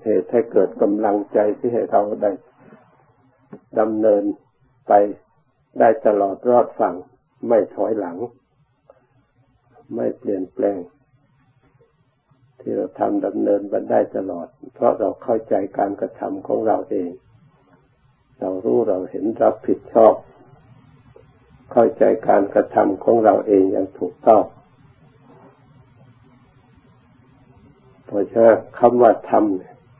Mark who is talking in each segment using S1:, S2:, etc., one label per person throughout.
S1: เหตุให้เกิดกำลังใจที่ให้เราได้ดำเนินไปได้ตลอดรอดฝั่งไม่ถอยหลังไม่เปลี่ยนแปลงที่เราทำดำเนินไปได้ตลอดเพราะเราเข้าใจการกระทำของเราเองเรารู้เราเห็นรับผิดชอบเข้าใจการกระทำของเราเองอย่างถูกต้องเพราะฉะนั้นคำว่าธรรม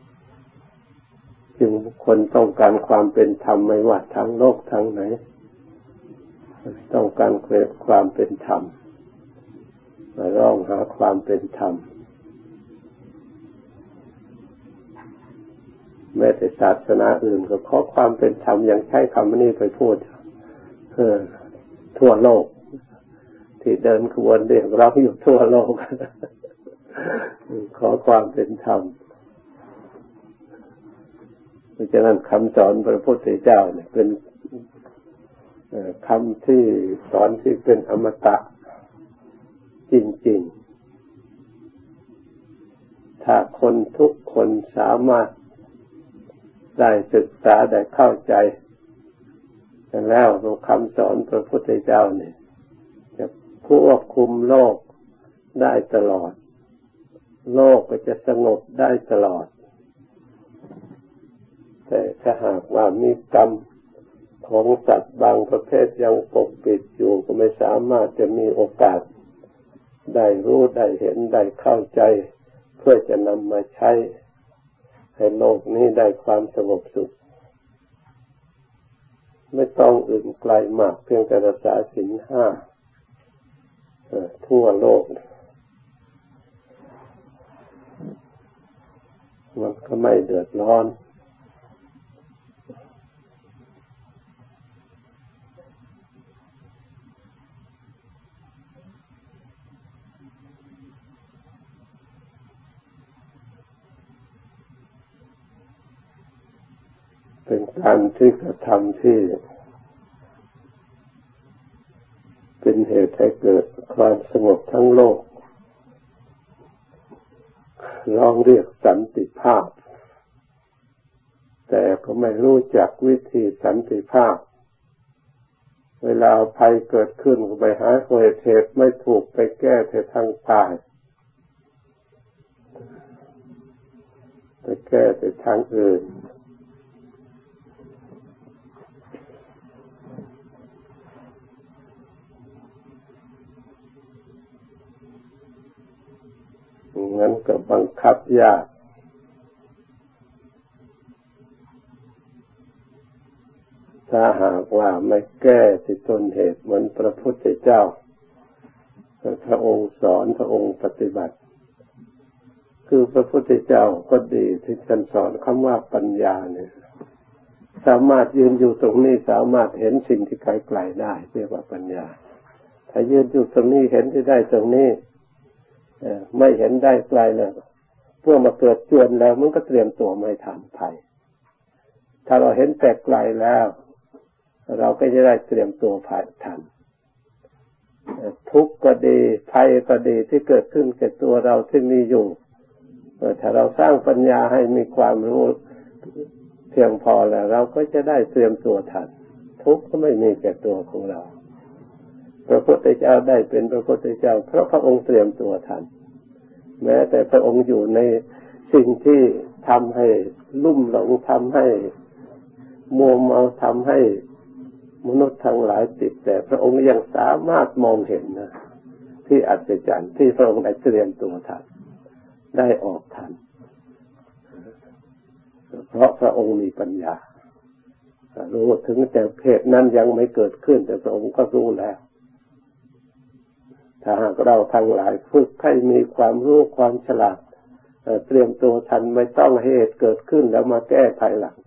S1: จึงคนต้องการความเป็นธรรมไม่ว่าทางโลกทางไหนต้องการความเป็นธรรมมาร้องหาความเป็นธรรมแม้แต่ศาสนาอื่นก็ขอความเป็นธรรมยังใช้คำนี้ไปพูดทั่วโลกที่เดินขบวนเรียกร้องอยู่ทั่วโลกขอความเป็นธรรมเพราะฉะนั้นคำสอนพระพุทธเจ้าเนี่ยเป็นคำที่สอนที่เป็นอมตะจริงๆถ้าคนทุกคนสามารถได้ศึกษาได้เข้าใจแล้วคำสอนพระพุทธเจ้าเนี่ยจะควบคุมโลกได้ตลอดโลกก็จะสงบได้ตลอดแต่ถ้าหากว่ามีกรรมของสัตว์บางประเภทยังปกปิดอยู่ก็ไม่สามารถจะมีโอกาสได้รู้ได้เห็นได้เข้าใจเพื่อจะนำมาใช้ให้โลกนี้ได้ความสงบสุขไม่ต้องอื่นไกลมากเพียงแต่รักษาศีล 5ทั่วโลกมันก็ไม่เดือดร้อนเป็นการที่กระทำที่เป็นเหตุให้เกิดความสงบทั้งโลกลองเรียกสันติภาพแต่ก็ไม่รู้จักวิธีสันติภาพเวลาภัยเกิดขึ้นก็ไปหาเหตุไม่ถูกไปแก้แต่ทางกายไปแก้แต่ทางอื่นงั้นก็บังคับยากถ้าหากว่าไม่แก้ที่ต้นเหตุเหมือนพระพุทธเจ้าพระองค์สอนพระองค์ปฏิบัติคือพระพุทธเจ้าก็ดีที่ท่านสอนคำว่าปัญญาเนี่ยสามารถยืนอยู่ตรงนี้สามารถเห็นสิ่งที่ไกลๆได้เรียกว่าปัญญาถ้ายืนอยู่ตรงนี้เห็นที่ได้ตรงนี้ไม่เห็นได้ไกลเลยเพื่อมาเกิดจวนแล้วมันก็เตรียมตัวไม่ทันภัยถ้าเราเห็นแต่ไกลแล้วเราก็จะได้เตรียมตัวภัยทันทุกข์ก็ดีภัยก็ดีที่เกิดขึ้นแก่ตัวเราที่มีอยู่ถ้าเราสร้างปัญญาให้มีความรู้เพียงพอแล้วเราก็จะได้เตรียมตัวทันทุกข์ก็ไม่มีแก่ตัวของเราพระพุทธเจ้าได้เป็นพระพุทธเจ้าเพราะพระองค์เตรียมตัวทันแม้แต่พระองค์อยู่ในสิ่งที่ทำให้ลุ่มหลงทำให้มัวเมาทำให้มนุษย์ทั้งหลายติดแต่พระองค์ยังสามารถมองเห็นนะที่อัศจรรย์ที่พระองค์ได้เตรียมตัวทันได้ออกทันเพราะพระองค์มีปัญญารู้ถึงแต่เหตุนั้นยังไม่เกิดขึ้นแต่พระองค์ก็รู้แล้วถ้าหากเราทั้งหลายฝึกให้มีความรู้ความฉลาดเตรียมตัวทันไม่ต้องให้เหตุเกิดขึ้นแล้วมาแก้ภายหลัง